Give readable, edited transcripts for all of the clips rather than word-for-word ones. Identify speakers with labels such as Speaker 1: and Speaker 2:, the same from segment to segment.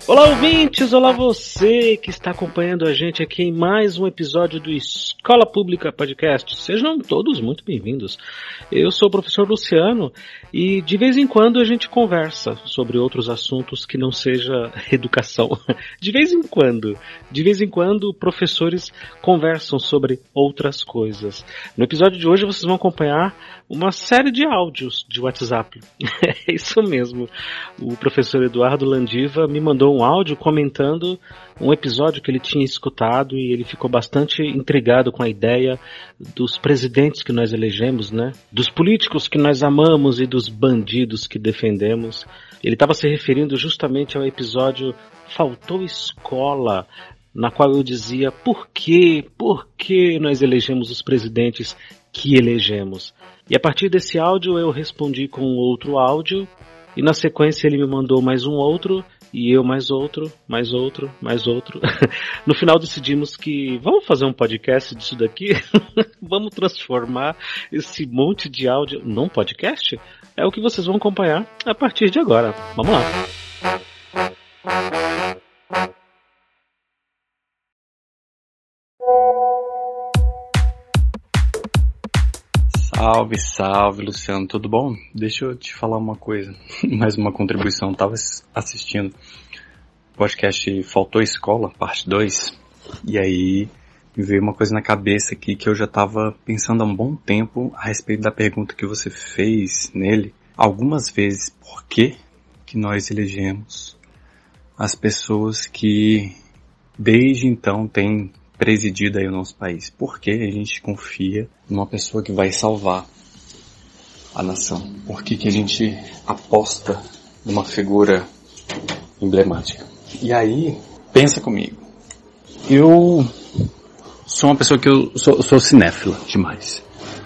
Speaker 1: Olá, ouvintes! Olá, você que está acompanhando a gente aqui em mais um episódio do Escola Pública Podcast. Sejam todos muito bem-vindos. Eu sou o professor Luciano e de vez em quando a gente conversa sobre outros assuntos que não seja educação. De vez em quando professores conversam sobre outras coisas. No episódio de hoje vocês vão acompanhar uma série de áudios de WhatsApp. É isso mesmo. O professor Eduardo Landiva me mandou um áudio comentando um episódio que ele tinha escutado e ele ficou bastante intrigado com a ideia dos presidentes que nós elegemos, né? Dos políticos que nós amamos e dos bandidos que defendemos. Ele estava se referindo justamente ao episódio Faltou Escola, na qual eu dizia por que nós elegemos os presidentes que elegemos. E a partir desse áudio eu respondi com outro áudio e na sequência ele me mandou mais um outro e eu mais outro. No final decidimos que vamos fazer um podcast disso daqui? Vamos transformar esse monte de áudio num podcast? É o que vocês vão acompanhar a partir de agora. Vamos lá!
Speaker 2: Salve, Luciano, tudo bom? Deixa eu te falar uma coisa, mais uma contribuição. Tava assistindo o podcast Faltou Escola, parte 2, e aí me veio uma coisa na cabeça aqui que eu já tava pensando há um bom tempo a respeito da pergunta que você fez nele. Algumas vezes, por que nós elegemos as pessoas que desde então têm presidido aí o nosso país? Por que a gente confia numa pessoa que vai salvar a nação? Por que a gente aposta numa figura emblemática? E aí, pensa comigo. Eu sou uma pessoa que eu sou cinéfila demais.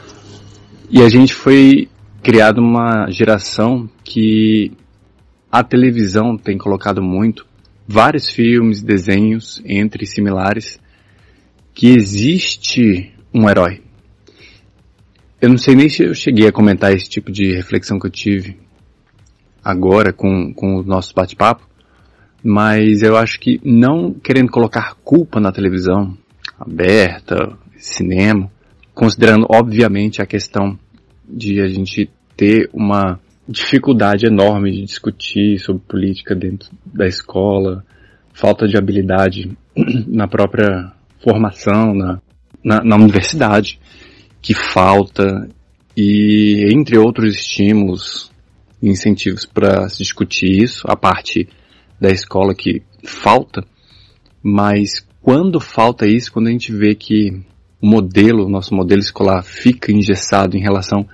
Speaker 2: E a gente foi criado uma geração que a televisão tem colocado muito, vários filmes, desenhos, entre similares, que existe um herói. Eu não sei nem se eu cheguei a comentar esse tipo de reflexão que eu tive agora com o nosso bate-papo, mas eu acho que não querendo colocar culpa na televisão aberta, cinema, considerando obviamente a questão de a gente ter uma dificuldade enorme de discutir sobre política dentro da escola, falta de habilidade na própria formação, na universidade, que falta, e entre outros estímulos e incentivos para se discutir isso, a parte da escola que falta, mas quando falta isso, quando a gente vê que o nosso modelo escolar fica engessado em relação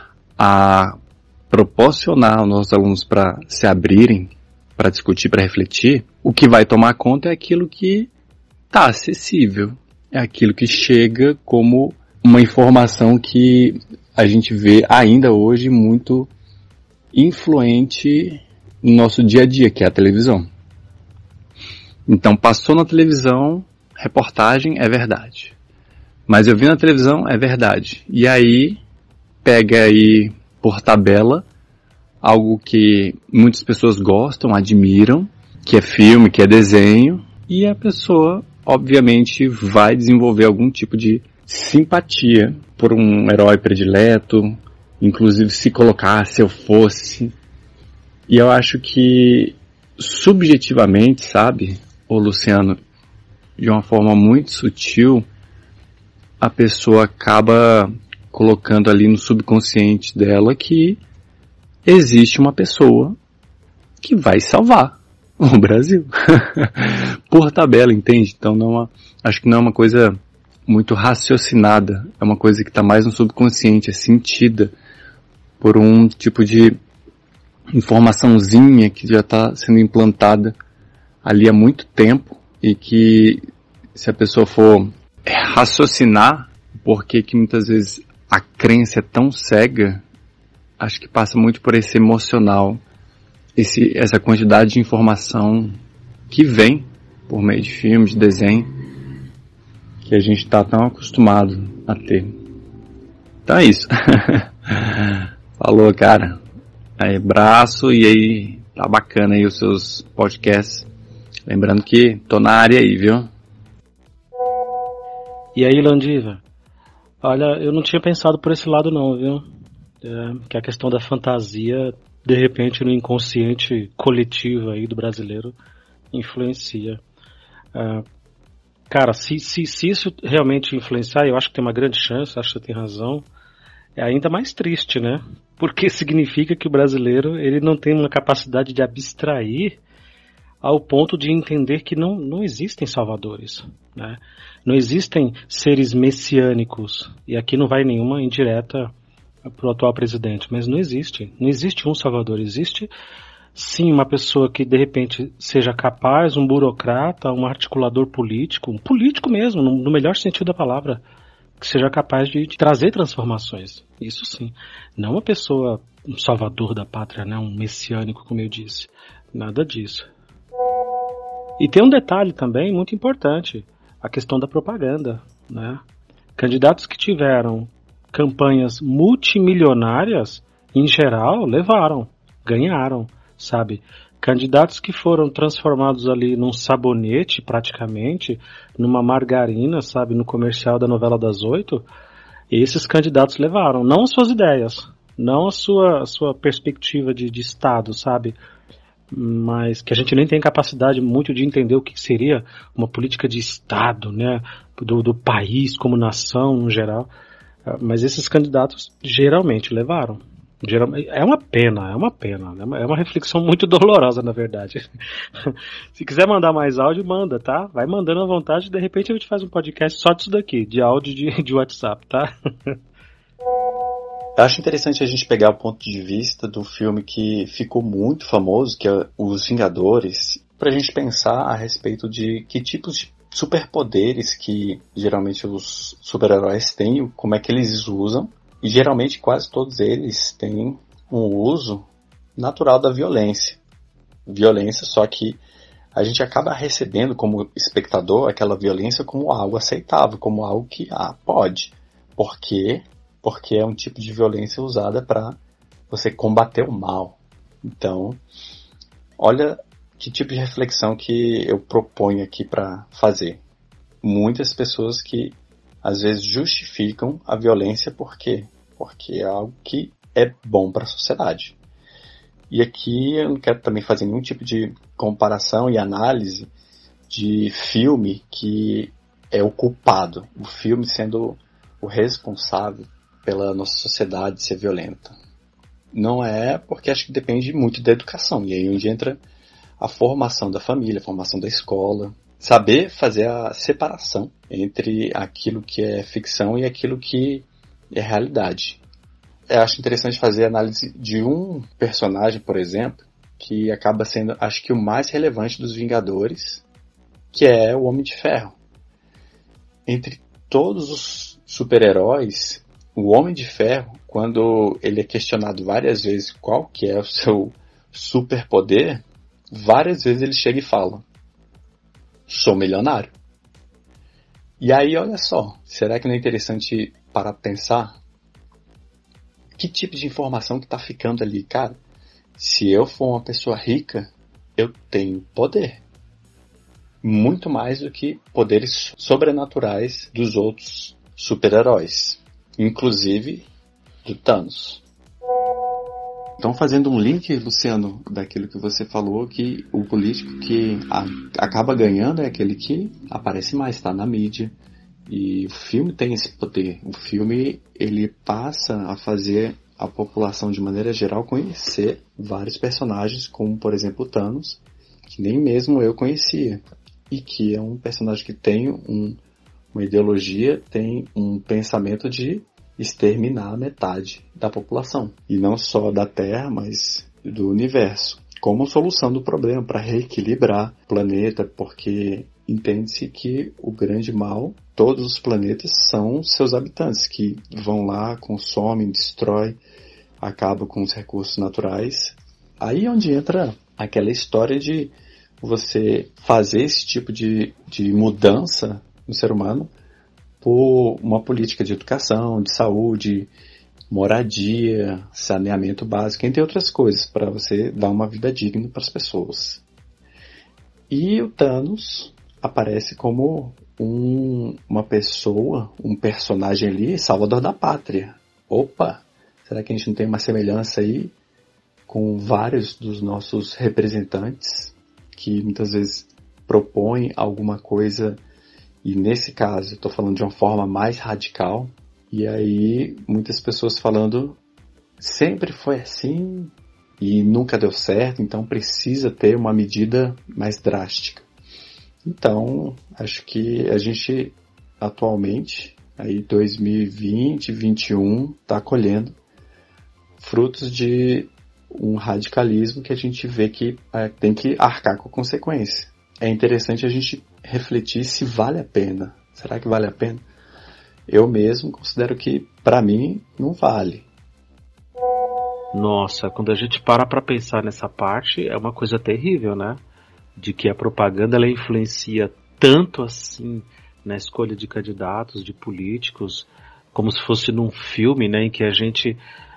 Speaker 2: a proporcionar aos nossos alunos para se abrirem, para discutir, para refletir, o que vai tomar conta é aquilo que está acessível, é aquilo que chega como uma informação que a gente vê ainda hoje muito influente no nosso dia a dia, que é a televisão. Então, passou na televisão, reportagem é verdade. Mas eu vi na televisão, é verdade. E aí, pega aí por tabela, algo que muitas pessoas gostam, admiram, que é filme, que é desenho, e a pessoa, obviamente, vai desenvolver algum tipo de simpatia por um herói predileto, inclusive se colocar, se eu fosse. E eu acho que, subjetivamente, sabe, ô Luciano, de uma forma muito sutil, a pessoa acaba colocando ali no subconsciente dela que existe uma pessoa que vai salvar o Brasil. Por tabela, entende? Então acho que não é uma coisa muito raciocinada, é uma coisa que está mais no subconsciente, é sentida por um tipo de informaçãozinha que já está sendo implantada ali há muito tempo e que, se a pessoa for raciocinar, porque que muitas vezes a crença é tão cega, acho que passa muito por esse emocional, essa quantidade de informação que vem por meio de filmes, de desenho, que a gente está tão acostumado a ter. Então é isso. Falou, cara. Aí, abraço, e aí, tá bacana aí os seus podcasts. Lembrando que tô na área aí, viu?
Speaker 1: E aí, Landiva? Olha, eu não tinha pensado por esse lado não, viu? Que a questão da fantasia, de repente, no inconsciente coletivo aí do brasileiro, influencia. Cara, se isso realmente influenciar, eu acho que tem uma grande chance, acho que você tem razão, é ainda mais triste, né? Porque significa que o brasileiro ele não tem uma capacidade de abstrair ao ponto de entender que não existem salvadores, né? Não existem seres messiânicos, e aqui não vai nenhuma indireta para o atual presidente, mas não existe um salvador, existe sim uma pessoa que de repente seja capaz, um burocrata, um articulador político, um político mesmo, no melhor sentido da palavra, que seja capaz de trazer transformações, isso sim, não uma pessoa, um salvador da pátria, né? Um messiânico, como eu disse, nada disso. E tem um detalhe também muito importante, a questão da propaganda, né? Candidatos que tiveram campanhas multimilionárias, em geral, levaram, ganharam, sabe? Candidatos que foram transformados ali num sabonete, praticamente, numa margarina, sabe? No comercial da novela das 8, esses candidatos levaram, não as suas ideias, não a sua perspectiva de Estado, sabe? Mas que a gente nem tem capacidade muito de entender o que seria uma política de Estado, né, do país como nação no geral, mas esses candidatos geralmente levaram. É uma pena, é uma reflexão muito dolorosa, na verdade. Se quiser mandar mais áudio, manda, tá? Vai mandando à vontade, de repente a gente faz um podcast só disso daqui, de áudio de WhatsApp, tá?
Speaker 2: Eu acho interessante a gente pegar o ponto de vista do filme que ficou muito famoso, que é Os Vingadores, pra gente pensar a respeito de que tipos de superpoderes que geralmente os super-heróis têm, como é que eles usam, e geralmente quase todos eles têm um uso natural da violência. Violência, só que a gente acaba recebendo como espectador aquela violência como algo aceitável, como algo que pode. Por quê? Porque é um tipo de violência usada para você combater o mal. Então, olha que tipo de reflexão que eu proponho aqui para fazer. Muitas pessoas que às vezes justificam a violência por quê? Porque é algo que é bom para a sociedade. E aqui eu não quero também fazer nenhum tipo de comparação e análise de filme que é o culpado, o filme sendo o responsável pela nossa sociedade ser violenta. Não é, porque acho que depende muito da educação. E aí onde entra a formação da família, a formação da escola. Saber fazer a separação entre aquilo que é ficção e aquilo que é realidade. Eu acho interessante fazer a análise de um personagem, por exemplo, que acaba sendo, acho que o mais relevante dos Vingadores, que é o Homem de Ferro. Entre todos os super-heróis, o Homem de Ferro, quando ele é questionado várias vezes qual que é o seu superpoder, várias vezes ele chega e fala: sou milionário. E aí, olha só, será que não é interessante parar para pensar que tipo de informação que está ficando ali? Cara, se eu for uma pessoa rica, eu tenho poder. Muito mais do que poderes sobrenaturais dos outros super-heróis. Inclusive do Thanos. Então, fazendo um link, Luciano, daquilo que você falou, que o político que acaba ganhando é aquele que aparece mais, está na mídia. E o filme tem esse poder. O filme, ele passa a fazer a população, de maneira geral, conhecer vários personagens, como, por exemplo, o Thanos, que nem mesmo eu conhecia. E que é um personagem que tem uma ideologia, tem um pensamento de exterminar metade da população. E não só da Terra, mas do universo. Como solução do problema, para reequilibrar o planeta, porque entende-se que o grande mal, todos os planetas são seus habitantes, que vão lá, consomem, destroem, acabam com os recursos naturais. Aí é onde entra aquela história de você fazer esse tipo de mudança no ser humano por uma política de educação, de saúde, moradia, saneamento básico, entre outras coisas, para você dar uma vida digna para as pessoas. E o Thanos aparece como uma pessoa, um personagem ali, salvador da pátria. Opa, será que a gente não tem uma semelhança aí com vários dos nossos representantes que muitas vezes propõem alguma coisa, e nesse caso estou falando de uma forma mais radical, e aí muitas pessoas falando sempre foi assim e nunca deu certo, então precisa ter uma medida mais drástica. Então, acho que a gente atualmente, aí 2020, 2021, está colhendo frutos de um radicalismo que a gente vê que tem que arcar com a consequência. É interessante a gente refletir se vale a pena. Será que vale a pena? Eu mesmo considero que, para mim, não vale.
Speaker 1: Nossa, quando a gente para pensar nessa parte, é uma coisa terrível, né? De que a propaganda ela influencia tanto assim na escolha de candidatos, de políticos, como se fosse num filme, né, em que a gente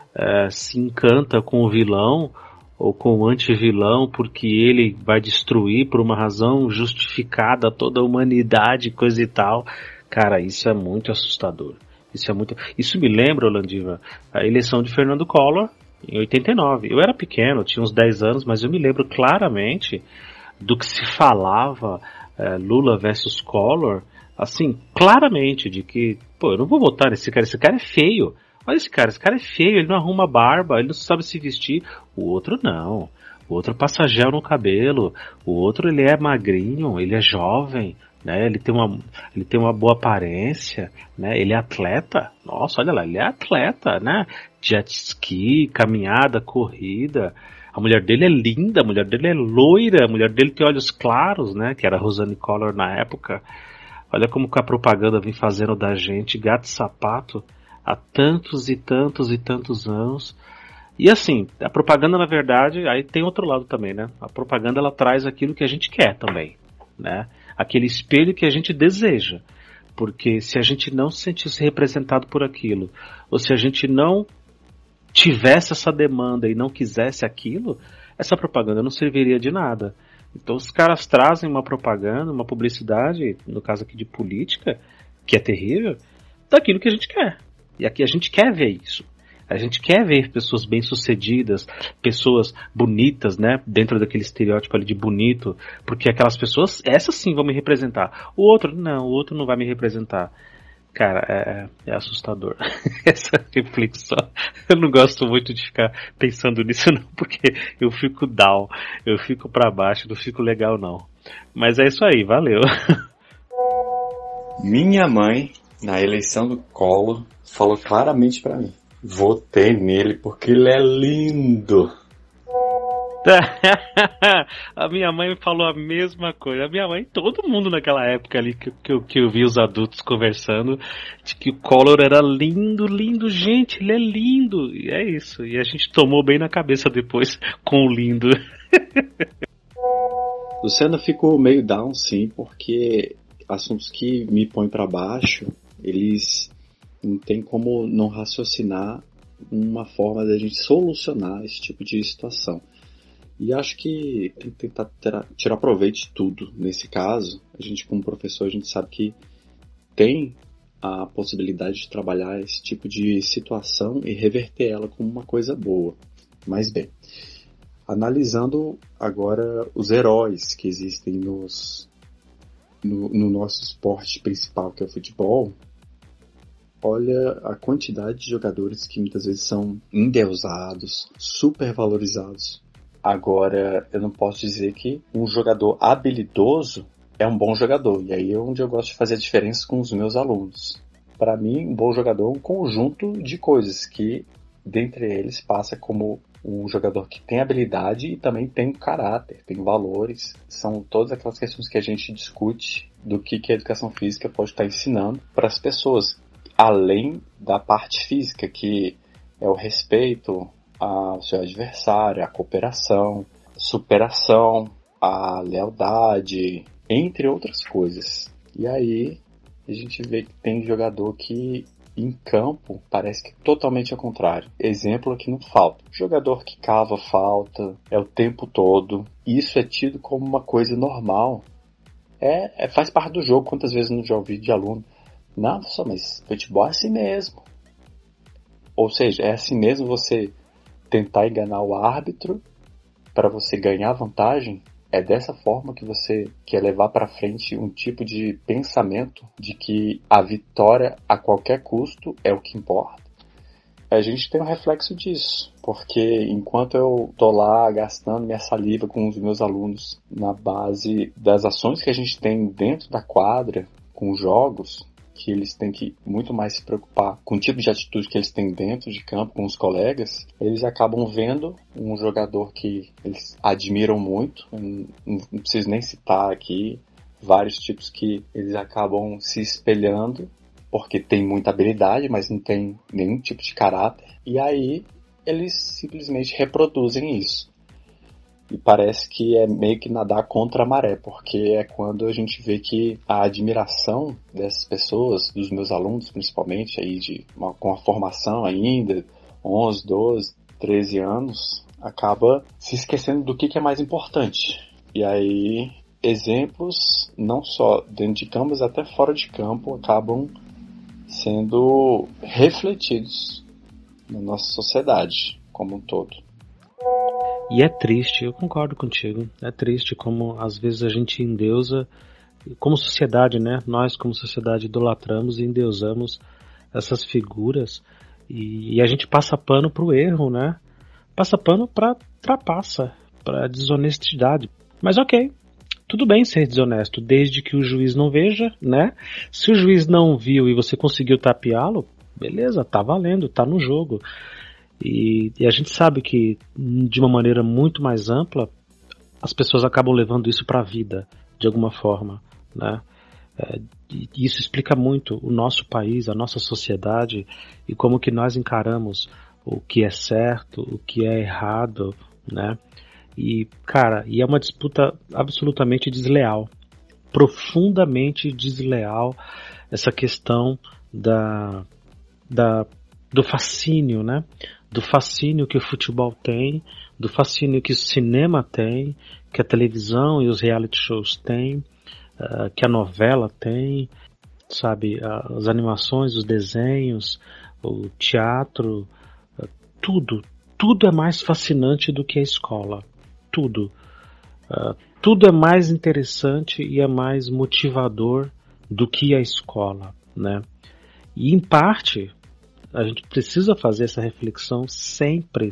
Speaker 1: se encanta com o vilão ou com o anti-vilão porque ele vai destruir por uma razão justificada toda a humanidade, coisa e tal. Cara, isso é muito assustador. Isso me lembra, Olandiva, a eleição de Fernando Collor em 89. Eu era pequeno, tinha uns 10 anos, mas eu me lembro claramente do que se falava, Lula versus Collor, assim, claramente, de que, eu não vou votar nesse cara é feio. Olha esse cara é feio, ele não arruma barba, ele não sabe se vestir. O outro não, o outro passa gel no cabelo, o outro ele é magrinho, ele é jovem, né? Ele tem uma boa aparência, né? Ele é atleta, nossa, olha lá, ele é atleta, né? Jet ski, caminhada, corrida. A mulher dele é linda, a mulher dele é loira, a mulher dele tem olhos claros, né? Que era a Rosane Collor na época. Olha como que a propaganda vem fazendo da gente gato e sapato há tantos e tantos e tantos anos. E assim, a propaganda, na verdade, aí tem outro lado também, né? A propaganda, ela traz aquilo que a gente quer também, né? Aquele espelho que a gente deseja. Porque se a gente não se sentisse representado por aquilo, ou se a gente não tivesse essa demanda e não quisesse aquilo, essa propaganda não serviria de nada. Então os caras trazem uma propaganda, uma publicidade, no caso aqui de política, que é terrível, daquilo que a gente quer. E aqui a gente quer ver isso. A gente quer ver pessoas bem-sucedidas, pessoas bonitas, né? Dentro daquele estereótipo ali de bonito, porque aquelas pessoas, essas sim vão me representar. O outro não vai me representar. Cara, é assustador essa reflexão. Eu não gosto muito de ficar pensando nisso não, porque eu fico down, eu fico pra baixo, não fico legal não. Mas é isso aí, valeu.
Speaker 2: Minha mãe, na eleição do Collor, falou claramente pra mim: votei nele porque ele é lindo.
Speaker 1: A minha mãe falou a mesma coisa. A minha mãe, todo mundo naquela época ali que eu vi os adultos conversando, de que o Collor era lindo, lindo, gente, ele é lindo. E é isso. E a gente tomou bem na cabeça depois com o lindo.
Speaker 2: Luciano, eu fico meio down, sim, porque assuntos que me põem pra baixo, eles não tem como não raciocinar uma forma da gente solucionar esse tipo de situação. E acho que tem que tentar tirar proveito de tudo. Nesse caso, a gente como professor, a gente sabe que tem a possibilidade de trabalhar esse tipo de situação e reverter ela como uma coisa boa. Mas bem, analisando agora os heróis que existem no nosso esporte principal, que é o futebol, olha a quantidade de jogadores que muitas vezes são endeusados, supervalorizados. Agora, eu não posso dizer que um jogador habilidoso é um bom jogador. E aí é onde eu gosto de fazer a diferença com os meus alunos. Para mim, um bom jogador é um conjunto de coisas que, dentre eles, passa como um jogador que tem habilidade e também tem caráter, tem valores. São todas aquelas questões que a gente discute do que a educação física pode estar ensinando para as pessoas. Além da parte física, que é o respeito ao seu adversário, a cooperação, superação, a lealdade, entre outras coisas. E aí a gente vê que tem jogador que Em campo, parece que totalmente ao contrário. Exemplo aqui não falta. Jogador que cava falta, é o tempo todo. Isso é tido como uma coisa normal. Faz parte do jogo. Quantas vezes eu já ouvi de aluno? Não, só, mas futebol é assim mesmo. Ou seja, é assim mesmo você tentar enganar o árbitro para você ganhar vantagem? É dessa forma que você quer levar para frente um tipo de pensamento de que a vitória a qualquer custo é o que importa? A gente tem um reflexo disso, porque enquanto eu tô lá gastando minha saliva com os meus alunos na base das ações que a gente tem dentro da quadra, com jogos, que eles têm que muito mais se preocupar com o tipo de atitude que eles têm dentro de campo com os colegas, eles acabam vendo um jogador que eles admiram muito, não preciso nem citar aqui vários tipos que eles acabam se espelhando, porque tem muita habilidade, mas não tem nenhum tipo de caráter, e aí eles simplesmente reproduzem isso. E parece que é meio que nadar contra a maré, porque é quando a gente vê que a admiração dessas pessoas, dos meus alunos principalmente, aí com a formação ainda, 11, 12, 13 anos, acaba se esquecendo do que é mais importante. E aí, exemplos, não só dentro de campo, mas até fora de campo, acabam sendo refletidos na nossa sociedade como um todo.
Speaker 1: E é triste, eu concordo contigo, é triste como às vezes a gente endeusa, como sociedade, né? Nós como sociedade idolatramos e endeusamos essas figuras e a gente passa pano pro erro, né? Passa pano pra trapaça, pra desonestidade. Mas ok, tudo bem ser desonesto, desde que o juiz não veja, né? Se o juiz não viu e você conseguiu tapeá-lo, beleza, tá valendo, tá no jogo. E a gente sabe que, de uma maneira muito mais ampla, as pessoas acabam levando isso para a vida, de alguma forma, né? E isso explica muito o nosso país, a nossa sociedade, e como que nós encaramos o que é certo, o que é errado, né? E, cara, é uma disputa absolutamente desleal, profundamente desleal, essa questão do fascínio, né? Do fascínio que o futebol tem, do fascínio que o cinema tem, que a televisão e os reality shows têm, que a novela tem, sabe? As animações, os desenhos, o teatro, tudo é mais fascinante do que a escola. Tudo é mais interessante e é mais motivador do que a escola, né? E em parte a gente precisa fazer essa reflexão sempre.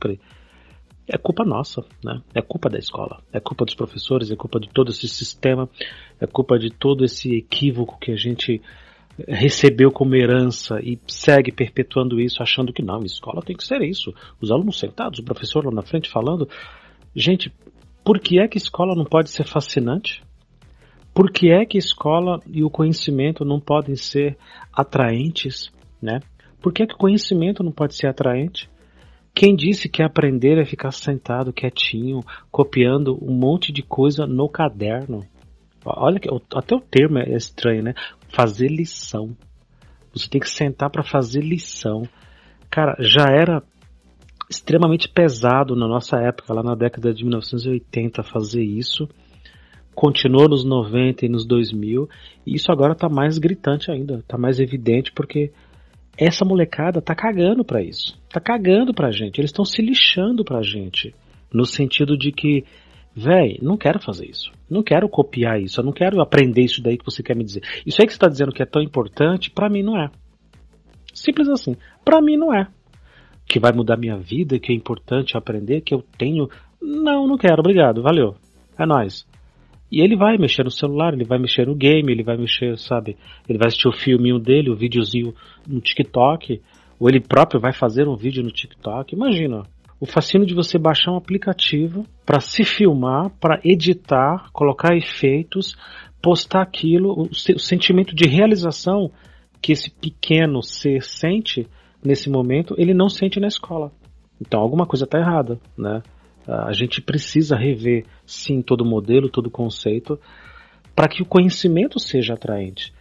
Speaker 1: É culpa nossa, né? É culpa da escola, é culpa dos professores, é culpa de todo esse sistema, é culpa de todo esse equívoco que a gente recebeu como herança e segue perpetuando isso, achando que não, a escola tem que ser isso. Os alunos sentados, o professor lá na frente falando. Gente, por que é que escola não pode ser fascinante? Por que é que escola e o conhecimento não podem ser atraentes, né? Por que o conhecimento não pode ser atraente? Quem disse que aprender é ficar sentado quietinho, copiando um monte de coisa no caderno? Olha, até o termo é estranho, né? Fazer lição. Você tem que sentar para fazer lição. Cara, já era extremamente pesado na nossa época, lá na década de 1980, fazer isso. Continuou nos 90 e nos 2000. E isso agora está mais gritante ainda, está mais evidente, porque essa molecada tá cagando pra isso. Tá cagando pra gente. Eles estão se lixando pra gente. No sentido de que, véi, não quero fazer isso. Não quero copiar isso. Eu não quero aprender isso daí que você quer me dizer. Isso aí que você tá dizendo que é tão importante, pra mim não é. Simples assim. Pra mim não é. Que vai mudar minha vida, que é importante aprender, que eu tenho. Não quero. Obrigado. Valeu. É nóis. E ele vai mexer no celular, ele vai mexer no game, ele vai mexer, sabe? Ele vai assistir o filminho dele, o videozinho no TikTok, ou ele próprio vai fazer um vídeo no TikTok. Imagina, o fascínio de você baixar um aplicativo para se filmar, para editar, colocar efeitos, postar aquilo, o sentimento de realização que esse pequeno ser sente nesse momento, ele não sente na escola. Então alguma coisa está errada, né? A gente precisa rever, sim, todo o modelo, todo o conceito, para que o conhecimento seja atraente.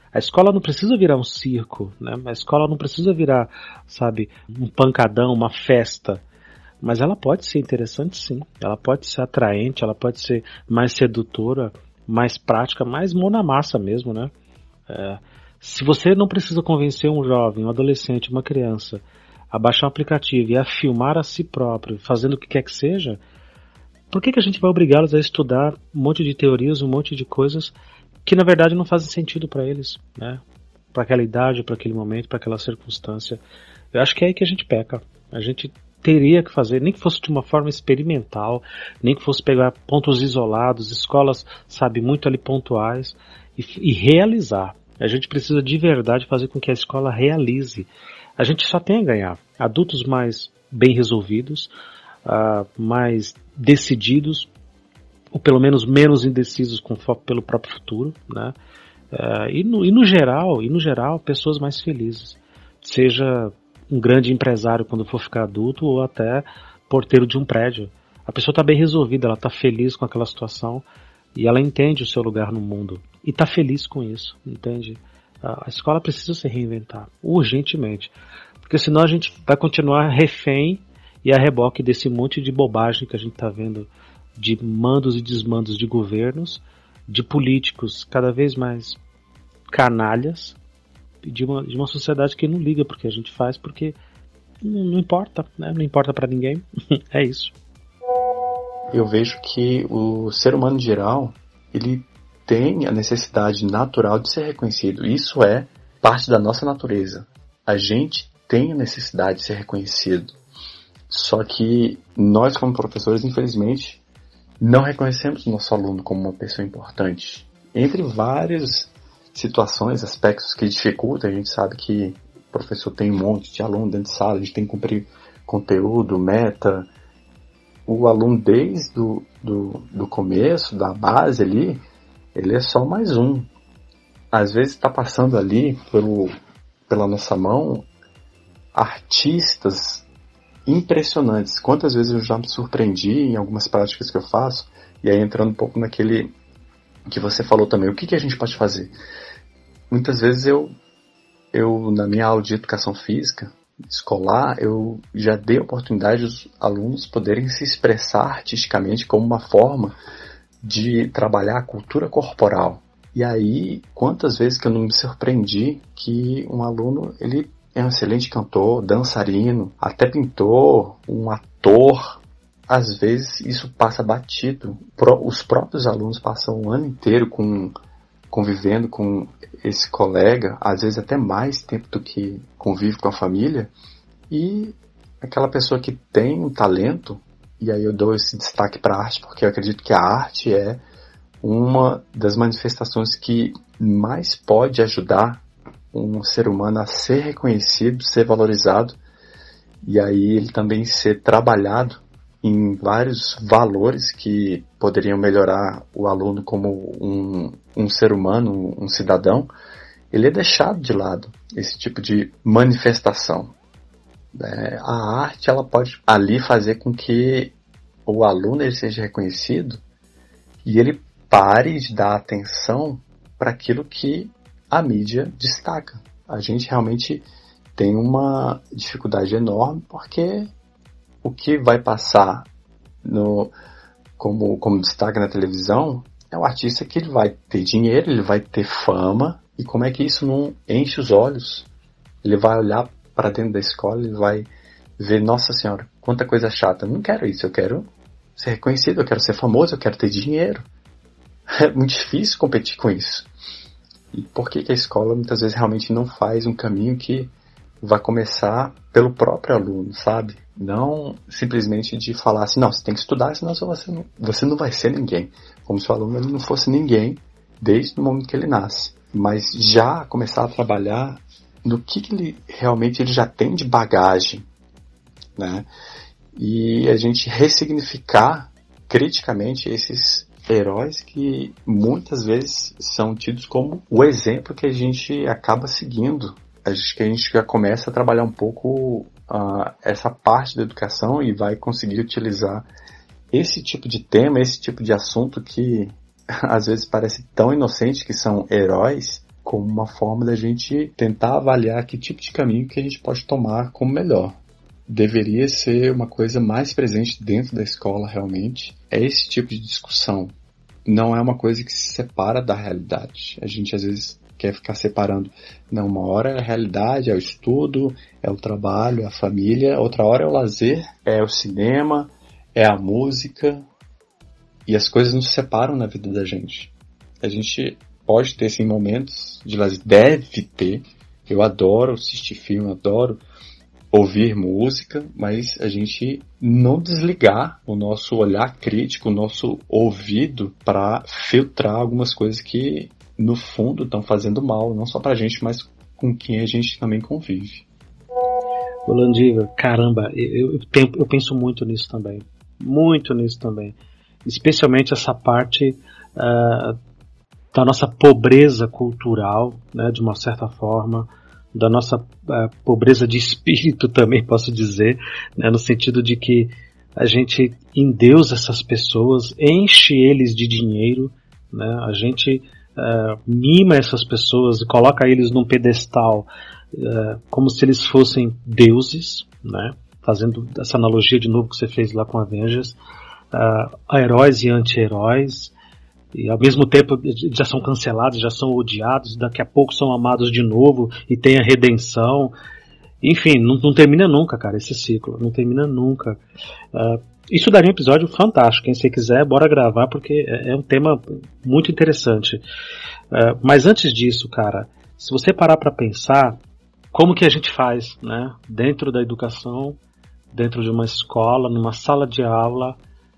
Speaker 1: A escola não precisa virar um circo, né? A escola não precisa virar, sabe, um pancadão, uma festa. Mas ela pode ser interessante, sim. Ela pode ser atraente, ela pode ser mais sedutora, mais prática, mais mão na massa mesmo, né? Se você não precisa convencer um jovem, um adolescente, uma criança a baixar um aplicativo e a filmar a si próprio, fazendo o que quer que seja, por que a gente vai obrigá-los a estudar um monte de teorias, um monte de coisas que na verdade não fazem sentido para eles, né? Para aquela idade, para aquele momento, para aquela circunstância. Eu acho que é aí que a gente peca. A gente teria que fazer, nem que fosse de uma forma experimental, nem que fosse pegar pontos isolados, escolas, sabe, muito ali pontuais, e realizar. A gente precisa de verdade fazer com que a escola realize. A gente só tem a ganhar. Adultos mais bem resolvidos, mais decididos, ou pelo menos menos indecisos com foco pelo próprio futuro, né? E no geral, pessoas mais felizes. Seja um grande empresário quando for ficar adulto, ou até porteiro de um prédio. A pessoa está bem resolvida, ela está feliz com aquela situação, e ela entende o seu lugar no mundo. E está feliz com isso, entende? A escola precisa se reinventar, urgentemente. Porque senão a gente vai continuar refém e a reboque desse monte de bobagem que a gente está vendo, de mandos e desmandos de governos, de políticos cada vez mais canalhas, e de uma sociedade que não liga porque a gente faz, porque não importa, né? Não importa para ninguém. É isso.
Speaker 2: Eu vejo que o ser humano em geral, ele tem a necessidade natural de ser reconhecido. Isso é parte da nossa natureza. A gente tem a necessidade de ser reconhecido. Só que nós, como professores, infelizmente, não reconhecemos o nosso aluno como uma pessoa importante. Entre várias situações, aspectos que dificultam, a gente sabe que o professor tem um monte de aluno dentro de sala, a gente tem que cumprir conteúdo, meta. O aluno desde do começo, da base ali, ele é só mais um. Às vezes está passando ali pela nossa mão artistas impressionantes. Quantas vezes eu já me surpreendi em algumas práticas que eu faço, e aí entrando um pouco naquele que você falou também, o que a gente pode fazer? Muitas vezes eu na minha aula de educação física escolar, eu já dei a oportunidade dos alunos poderem se expressar artisticamente como uma forma de trabalhar a cultura corporal. E aí, quantas vezes que eu não me surpreendi que um aluno, ele é um excelente cantor, dançarino, até pintor, um ator. Às vezes isso passa batido. Os próprios alunos passam o ano inteiro convivendo com esse colega, às vezes até mais tempo do que convive com a família, e aquela pessoa que tem um talento, e aí eu dou esse destaque para a arte, porque eu acredito que a arte é uma das manifestações que mais pode ajudar um ser humano a ser reconhecido, ser valorizado, e aí ele também ser trabalhado em vários valores que poderiam melhorar o aluno como um ser humano, um cidadão. Ele é deixado de lado, esse tipo de manifestação. A arte, ela pode ali fazer com que o aluno ele seja reconhecido e ele pare de dar atenção para aquilo que a mídia destaca. A gente realmente tem uma dificuldade enorme porque o que vai passar como destaque na televisão é o artista que ele vai ter dinheiro, ele vai ter fama, e como é que isso não enche os olhos? Ele vai olhar para dentro da escola, ele vai ver, nossa senhora, quanta coisa chata. Eu não quero isso, eu quero ser reconhecido, eu quero ser famoso, eu quero ter dinheiro. É muito difícil competir com isso. E por que a escola muitas vezes realmente não faz um caminho que vai começar pelo próprio aluno, sabe? Não simplesmente de falar assim, não, você tem que estudar, senão você não vai ser ninguém. Como se o aluno ele não fosse ninguém desde o momento que ele nasce. Mas já começar a trabalhar no que ele realmente ele já tem de bagagem, né? E a gente ressignificar criticamente esses heróis que muitas vezes são tidos como o exemplo que a gente acaba seguindo. Acho que a gente já começa a trabalhar um pouco essa parte da educação e vai conseguir utilizar esse tipo de tema, esse tipo de assunto que às vezes parece tão inocente, que são heróis, como uma forma da gente tentar avaliar que tipo de caminho que a gente pode tomar como melhor. Deveria ser uma coisa mais presente dentro da escola, realmente. É esse tipo de discussão. Não é uma coisa que se separa da realidade. A gente, às vezes, quer ficar separando. Não, uma hora é a realidade, é o estudo, é o trabalho, é a família. Outra hora é o lazer, é o cinema, é a música. E as coisas não se separam na vida da gente. A gente pode ter, sim, momentos de lazer. Deve ter. Eu adoro assistir filme, adoro ouvir música, mas a gente não desligar o nosso olhar crítico, o nosso ouvido para filtrar algumas coisas que, no fundo, estão fazendo mal, não só pra gente, mas com quem a gente também convive.
Speaker 1: Ô Landiva, caramba, eu penso muito nisso também. Muito nisso também. Especialmente essa parte da nossa pobreza cultural, né, de uma certa forma, da nossa pobreza de espírito também, posso dizer, né, no sentido de que a gente endeusa essas pessoas, enche eles de dinheiro, né, a gente mima essas pessoas e coloca eles num pedestal como se eles fossem deuses, né, fazendo essa analogia de novo que você fez lá com Avengers, heróis e anti-heróis, e ao mesmo tempo já são cancelados, já são odiados, daqui a pouco são amados de novo e tem a redenção. Enfim, não termina nunca, cara, esse ciclo, não termina nunca. Isso daria um episódio fantástico, quem você quiser, bora gravar, porque é um tema muito interessante. Mas antes disso, cara, se você parar para pensar, como que a gente faz, né, dentro da educação, dentro de uma escola, numa sala de aula,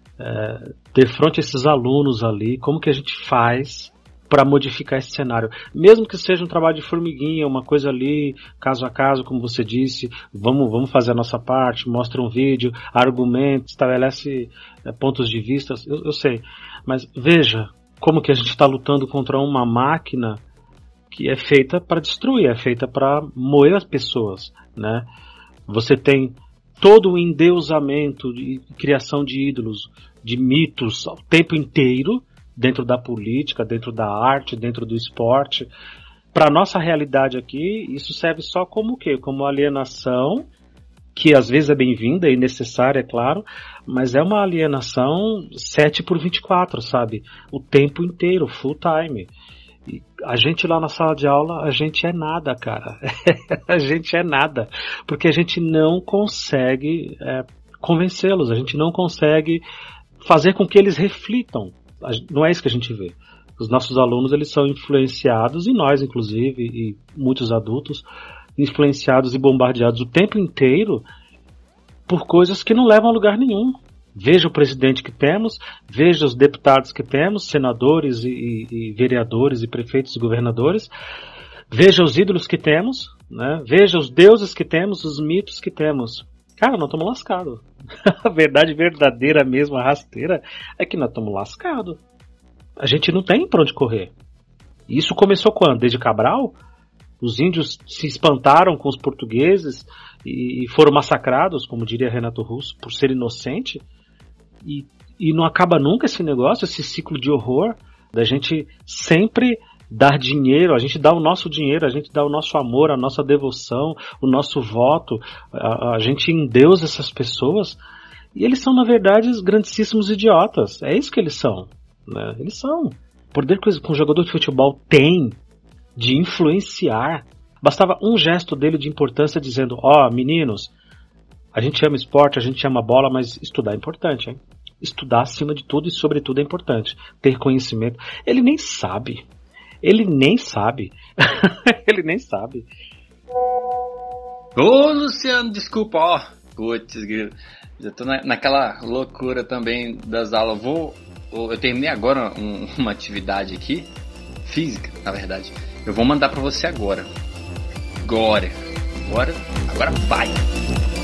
Speaker 1: de frente a esses alunos ali, como que a gente faz para modificar esse cenário? Mesmo que seja um trabalho de formiguinha, uma coisa ali, caso a caso, como você disse, vamos fazer a nossa parte, mostra um vídeo, argumenta, estabelece pontos de vista, eu sei, mas veja como que a gente está lutando contra uma máquina que é feita para destruir, é feita para moer as pessoas, né? Você tem todo o endeusamento e criação de ídolos, de mitos o tempo inteiro, dentro da política, dentro da arte, dentro do esporte. Para a nossa realidade aqui, isso serve só como o quê? Como alienação, que às vezes é bem-vinda e necessária, é claro, mas é uma alienação 7/24, sabe? O tempo inteiro, full time. E a gente lá na sala de aula, a gente é nada, cara. A gente é nada. Porque a gente não consegue convencê-los, a gente não consegue fazer com que eles reflitam. Não é isso que a gente vê. Os nossos alunos, eles são influenciados, e nós inclusive, e muitos adultos, influenciados e bombardeados o tempo inteiro por coisas que não levam a lugar nenhum. Veja o presidente que temos, veja os deputados que temos, senadores e vereadores e prefeitos e governadores, veja os ídolos que temos, né? Veja os deuses que temos, os mitos que temos. Cara, nós estamos lascados. A verdade verdadeira mesmo, a rasteira, é que nós estamos lascados. A gente não tem pra onde correr. E isso começou quando? Desde Cabral? Os índios se espantaram com os portugueses e foram massacrados, como diria Renato Russo, por ser inocente. E não acaba nunca esse negócio, esse ciclo de horror, da gente sempre dar dinheiro, a gente dá o nosso dinheiro, a gente dá o nosso amor, a nossa devoção, o nosso voto, a gente endeusa essas pessoas, e eles são, na verdade, os grandíssimos idiotas. É isso que eles são, né? Eles são. O poder que um jogador de futebol tem de influenciar. Bastava um gesto dele de importância dizendo, meninos, a gente ama esporte, a gente ama bola, mas estudar é importante, hein? Estudar acima de tudo e sobretudo é importante. Ter conhecimento. Ele nem sabe. Ele nem sabe. Ele nem sabe.
Speaker 2: Ô, Luciano, desculpa, putz, já tô naquela loucura também das aulas. Eu terminei agora uma atividade aqui, física, na verdade. Eu vou mandar pra você agora. Agora vai!